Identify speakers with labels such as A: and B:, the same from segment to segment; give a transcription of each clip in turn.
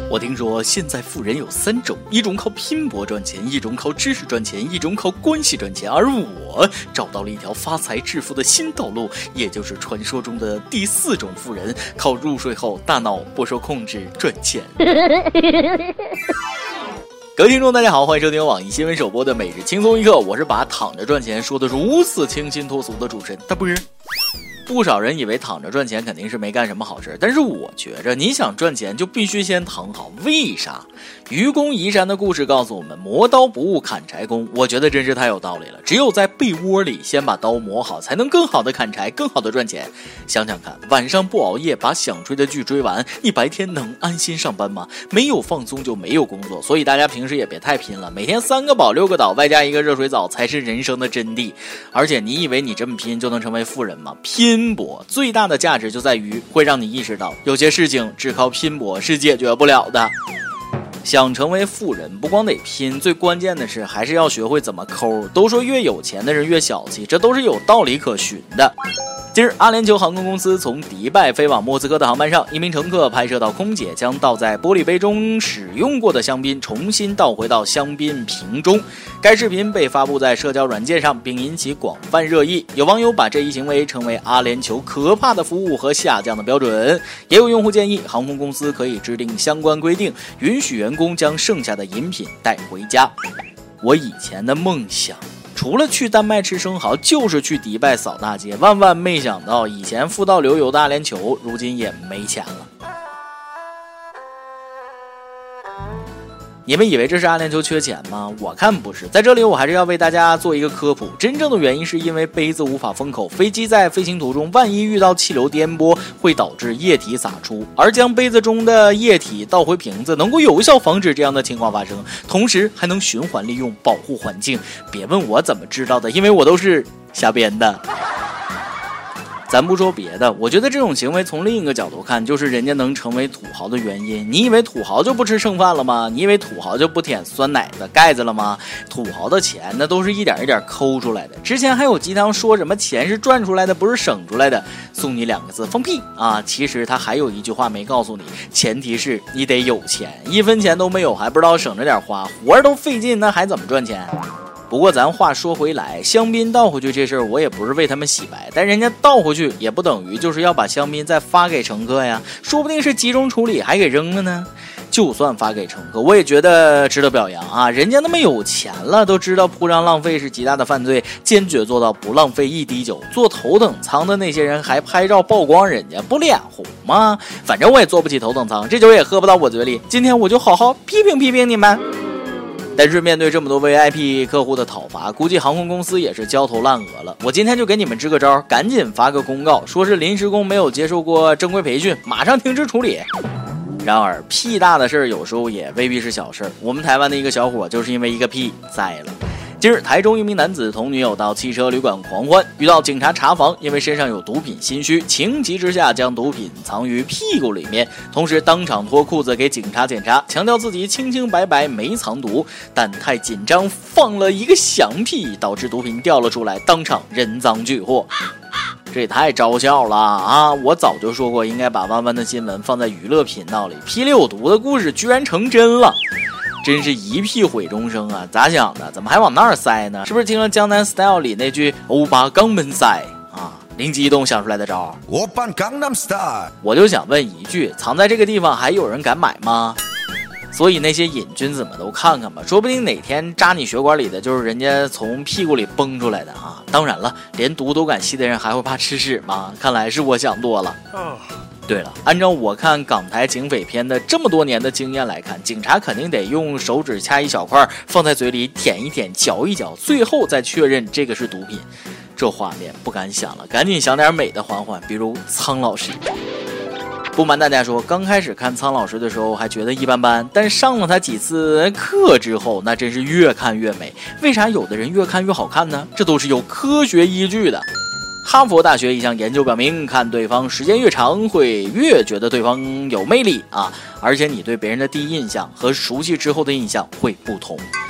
A: 我听说现在富人有3种，一种靠拼搏赚钱，一种靠知识赚钱，一种靠关系赚钱，而我找到了一条发财致富的新道路，也就是传说中的第4种富人，靠入睡后大脑不受控制赚钱。各位听众大家好，欢迎收听网易新闻首播的每日轻松一刻，我是把躺着赚钱说得如此清新脱俗的主持人大波。不少人以为躺着赚钱肯定是没干什么好事，但是我觉着你想赚钱就必须先躺好。为啥？愚公移山的故事告诉我们，磨刀不误砍柴工。我觉得真是太有道理了，只有在被窝里先把刀磨好，才能更好的砍柴，更好的赚钱。想想看，晚上不熬夜把想追的剧追完，你白天能安心上班吗？没有放松就没有工作，所以大家平时也别太拼了，每天3个饱6个倒外加1个热水澡才是人生的真谛。而且你以为你这么拼就能成为富人吗？拼搏最大的价值就在于会让你意识到，有些事情只靠拼搏是解决不了的。想成为富人不光得拼，最关键的是还是要学会怎么抠。都说越有钱的人越小气，这都是有道理可循的。今日阿联酋航空公司从迪拜飞往莫斯科的航班上，一名乘客拍摄到空姐将倒在玻璃杯中使用过的香槟重新倒回到香槟瓶中。该视频被发布在社交软件上，并引起广泛热议。有网友把这一行为称为阿联酋可怕的服务和下降的标准，也有用户建议航空公司可以制定相关规定，允许员工将剩下的饮品带回家。我以前的梦想除了去丹麦吃生蚝，就是去迪拜扫大街。万万没想到，以前富到流油的阿联酋，如今也没钱了。你们以为这是阿联酋缺钱吗？我看不是。在这里我还是要为大家做一个科普，真正的原因是因为杯子无法封口，飞机在飞行途中万一遇到气流颠簸，会导致液体洒出，而将杯子中的液体倒回瓶子能够有效防止这样的情况发生，同时还能循环利用，保护环境。别问我怎么知道的，因为我都是瞎编的。咱不说别的，我觉得这种行为从另一个角度看，就是人家能成为土豪的原因。你以为土豪就不吃剩饭了吗？你以为土豪就不舔酸奶的盖子了吗？土豪的钱那都是一点一点抠出来的。之前还有鸡汤说什么钱是赚出来的，不是省出来的，送你2个字，放屁啊！其实他还有一句话没告诉你，前提是你得有钱，1分钱都没有还不知道省着点花，活儿都费劲，那还怎么赚钱？不过咱话说回来，香槟倒回去这事儿我也不是为他们洗白，但人家倒回去也不等于就是要把香槟再发给乘客呀，说不定是集中处理还给扔了呢。就算发给乘客，我也觉得值得表扬啊！人家那么有钱了，都知道铺张浪费是极大的犯罪，坚决做到不浪费一滴酒。坐头等舱的那些人还拍照曝光人家，不脸红吗？反正我也坐不起头等舱，这酒也喝不到我嘴里，今天我就好好批评批评你们。但是面对这么多 VIP 客户的讨伐，估计航空公司也是焦头烂额了。我今天就给你们支个招，赶紧发个公告，说是临时工没有接受过正规培训，马上停职处理。然而屁大的事儿有时候也未必是小事儿，我们台湾的一个小伙就是因为一个屁栽了。近日，台中一名男子同女友到汽车旅馆狂欢，遇到警察查房，因为身上有毒品心虚，情急之下将毒品藏于屁股里面，同时当场脱裤子给警察检查，强调自己清清白白没藏毒，但太紧张放了一个响屁，导致毒品掉了出来，当场人赃俱获。这也太招笑了啊！我早就说过应该把弯弯的新闻放在娱乐频道里，屁里有毒的故事居然成真了，真是一屁毁终生啊！咋想的？怎么还往那儿塞呢？是不是听了江南 Style 里那句欧巴肛门塞啊？灵机一动想出来的招。欧巴江南 Style， 我就想问一句，藏在这个地方还有人敢买吗？所以那些瘾君子们都看看吧，说不定哪天扎你血管里的就是人家从屁股里崩出来的啊！当然了，连毒都敢吸的人还会怕吃屎吗？看来是我想多了。对了，按照我看港台警匪片的这么多年的经验来看，警察肯定得用手指掐一小块放在嘴里舔一舔嚼一嚼，最后再确认这个是毒品。这画面不敢想了，赶紧想点美的缓缓，比如苍老师。不瞒大家说，刚开始看苍老师的时候还觉得一般般，但上了他几次课之后，那真是越看越美。为啥有的人越看越好看呢？这都是有科学依据的。哈佛大学一项研究表明，看对方时间越长，会越觉得对方有魅力啊！而且你对别人的第一印象和熟悉之后的印象会不同。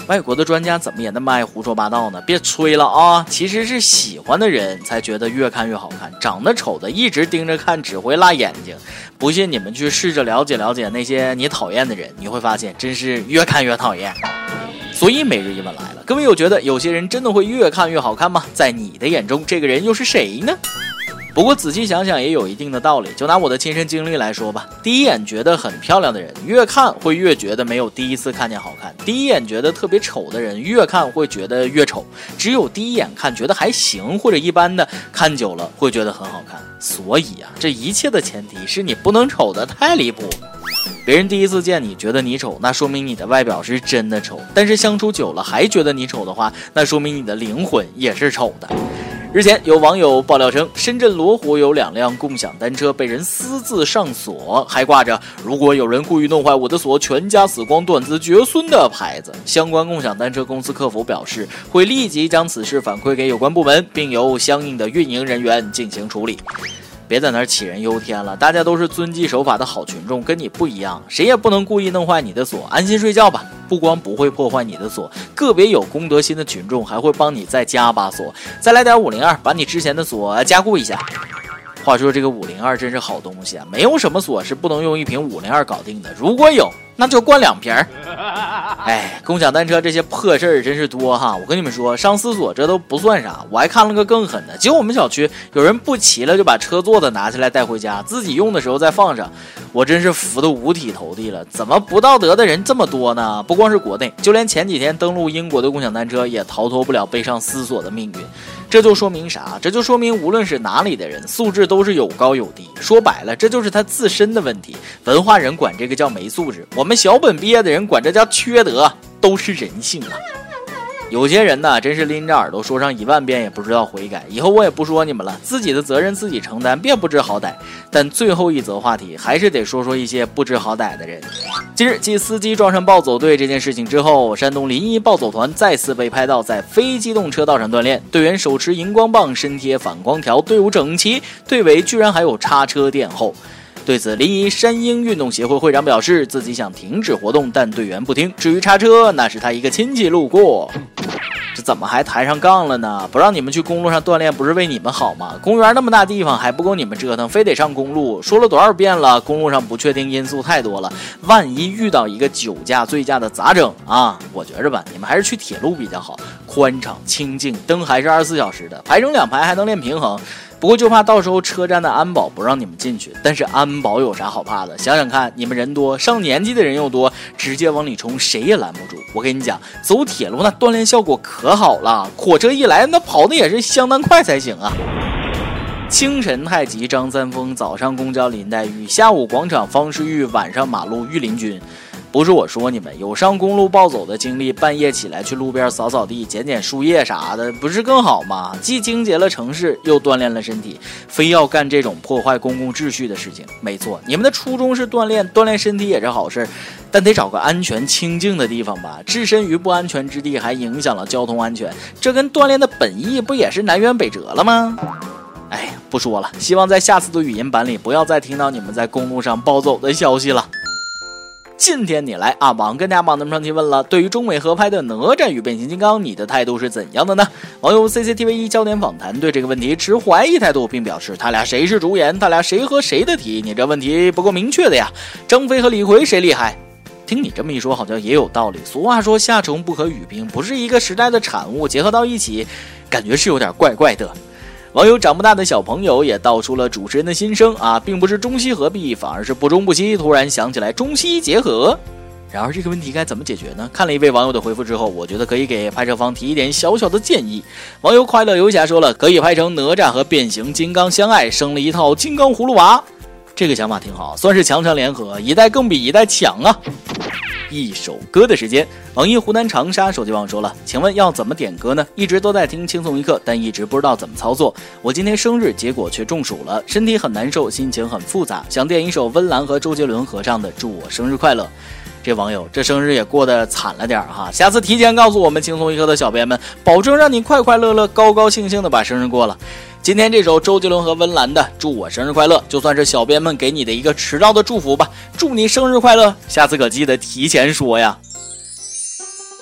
A: 外国的专家怎么也那么爱胡说八道呢？别吹了啊！其实是喜欢的人才觉得越看越好看，长得丑的一直盯着看只会辣眼睛。不信你们去试着了解了解那些你讨厌的人，你会发现真是越看越讨厌。所以每日一问来了，各位有觉得有些人真的会越看越好看吗？在你的眼中，这个人又是谁呢？不过仔细想想也有一定的道理，就拿我的亲身经历来说吧，第一眼觉得很漂亮的人，越看会越觉得没有第一次看见好看；第一眼觉得特别丑的人，越看会觉得越丑。只有第一眼看觉得还行或者一般的，看久了会觉得很好看。所以啊，这一切的前提是你不能丑得太离谱。别人第一次见你觉得你丑，那说明你的外表是真的丑，但是相处久了还觉得你丑的话，那说明你的灵魂也是丑的。日前有网友爆料称，深圳罗湖有2辆共享单车被人私自上锁，还挂着如果有人故意弄坏我的锁，全家死光断子绝孙的牌子。相关共享单车公司客服表示，会立即将此事反馈给有关部门，并由相应的运营人员进行处理。别在那儿杞人忧天了，大家都是遵纪守法的好群众，跟你不一样，谁也不能故意弄坏你的锁，安心睡觉吧。不光不会破坏你的锁，个别有公德心的群众还会帮你再加把锁，再来点502，把你之前的锁加固一下。话说这个502真是好东西啊，没有什么锁是不能用一瓶502搞定的，如果有那就灌2瓶。哎，共享单车这些破事儿真是多哈！我跟你们说，上私锁这都不算啥，我还看了个更狠的，就我们小区有人不骑了就把车座子拿下来带回家，自己用的时候再放上，我真是服得五体投地了。怎么不道德的人这么多呢？不光是国内，就连前几天登陆英国的共享单车也逃脱不了背上私锁的命运。这就说明啥？这就说明无论是哪里的人，素质都是有高有低。说白了，这就是他自身的问题。文化人管这个叫没素质，我们小本毕业的人管这叫缺德，都是人性啊。有些人呢，真是拎着耳朵说上1万遍也不知道悔改。以后我也不说你们了，自己的责任自己承担，别不知好歹。但最后一则话题还是得说说一些不知好歹的人。近日，继司机撞上暴走队这件事情之后，山东临沂暴走团再次被拍到在非机动车道上锻炼，队员手持荧光棒，身贴反光条，队伍整齐，队尾居然还有叉车殿后。对此，临沂山鹰运动协会会长表示，自己想停止活动，但队员不听。至于叉车，那是他一个亲戚路过。这怎么还抬上杠了呢？不让你们去公路上锻炼，不是为你们好吗？公园那么大地方还不够你们折腾，非得上公路。说了多少遍了，公路上不确定因素太多了，万一遇到一个酒驾醉驾的咋整啊？我觉着吧，你们还是去铁路比较好，宽敞清静，灯还是24小时的，排成2排还能练平衡。不过就怕到时候车站的安保不让你们进去，但是安保有啥好怕的？想想看，你们人多，上年纪的人又多，直接往里冲，谁也拦不住。我跟你讲，走铁路那锻炼效果可好了，火车一来，那跑的也是相当快才行啊。清晨太极张三丰，早上公交林黛玉，下午广场方世玉，晚上马路御林军。不是我说你们，有上公路暴走的经历，半夜起来去路边扫扫地、捡捡树叶啥的，不是更好吗？既清洁了城市，又锻炼了身体，非要干这种破坏公共秩序的事情。没错，你们的初衷是锻炼身体也是好事，但得找个安全清静的地方吧。置身于不安全之地，还影响了交通安全，这跟锻炼的本意不也是南辕北辙了吗？哎，不说了，希望在下次的语音版里不要再听到你们在公路上暴走的消息了。今天你来啊，网跟大家帮咱们上提问了，对于中美合拍的哪吒与变形金刚，你的态度是怎样的呢？网友 CCTV1 焦点访谈对这个问题持怀疑态度，并表示他俩谁是主演，他俩谁和谁的题，你这问题不够明确的呀。张飞和李逵谁厉害？听你这么一说好像也有道理，俗话说夏虫不可语冰，不是一个时代的产物，结合到一起感觉是有点怪怪的。网友长不大的小朋友也道出了主持人的心声啊，并不是中西合璧，反而是不中不西，突然想起来中西结合。然而这个问题该怎么解决呢？看了一位网友的回复之后，我觉得可以给拍摄方提一点小小的建议。网友快乐游侠说了，可以拍成哪吒和变形金刚相爱，生了一套金刚葫芦娃。这个想法挺好，算是强强联合，一代更比一代强啊。一首歌的时间，网易湖南长沙手机网说了，请问要怎么点歌呢？一直都在听轻松一刻，但一直不知道怎么操作。我今天生日，结果却中暑了，身体很难受，心情很复杂，想点一首温岚和周杰伦合唱的《祝我生日快乐》。这网友这生日也过得惨了点哈，下次提前告诉我们轻松一刻的小编们，保证让你快快乐乐高高兴兴的把生日过了。今天这首周杰伦和温岚的《祝我生日快乐》就算是小编们给你的一个迟到的祝福吧，祝你生日快乐，下次可记得提前说呀。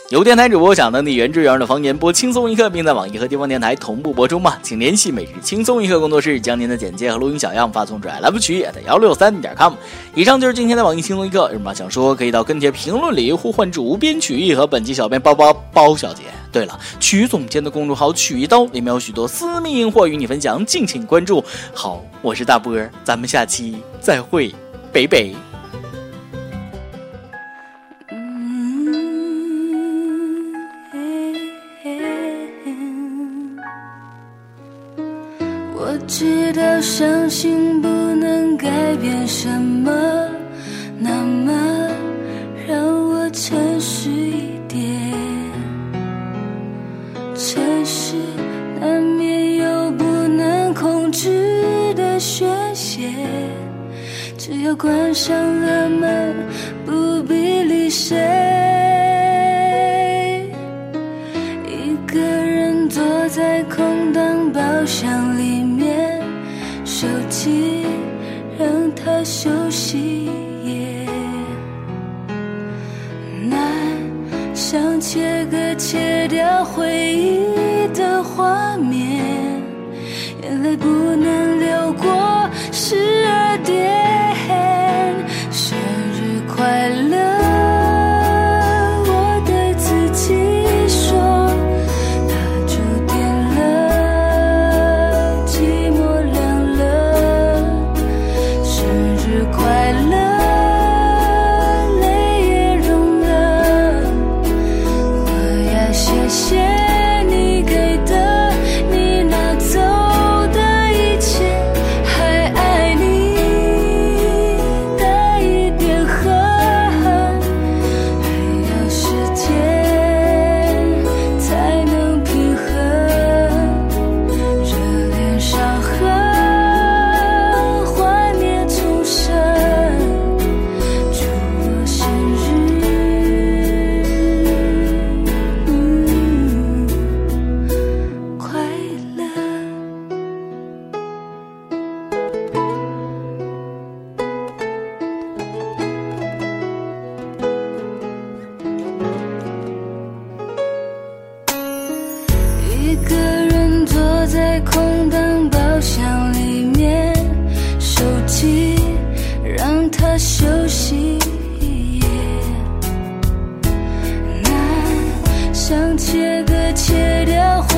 A: 有电台主播想当地原汁原味的方言播轻松一刻，并在网易和地方电台同步播出吗？请联系每日轻松一刻工作室，将您的简介和录音小样发送至 iLoveChü@163.com。以上就是今天的网易轻松一刻，有什么想说可以到跟帖评论里呼唤主编曲艺和本期小编包小姐。对了，曲总监的公众号曲一刀里面有许多私密硬货与你分享，敬请关注。好，我是大波，咱们下期再会，北北。
B: 我知道伤心不能改变什么，那么让我诚实一点。城市难免有不能控制的宣泄，只要关上了门，不必理谁。一个人坐在空荡包厢里面，手机让它休息也难，想切割切掉回忆的画面，眼泪不能流过12点。生日快乐，我对自己说，蜡烛点了，寂寞凉了。生日快乐，泪也融了。我要谢谢你给的，你拿走的一切，还爱你带一点恨，还要时间才能平衡热恋伤痕，幻灭重生。祝我生日快乐。一个人坐在空荡包厢里面，手机让它休息也难，想切割切掉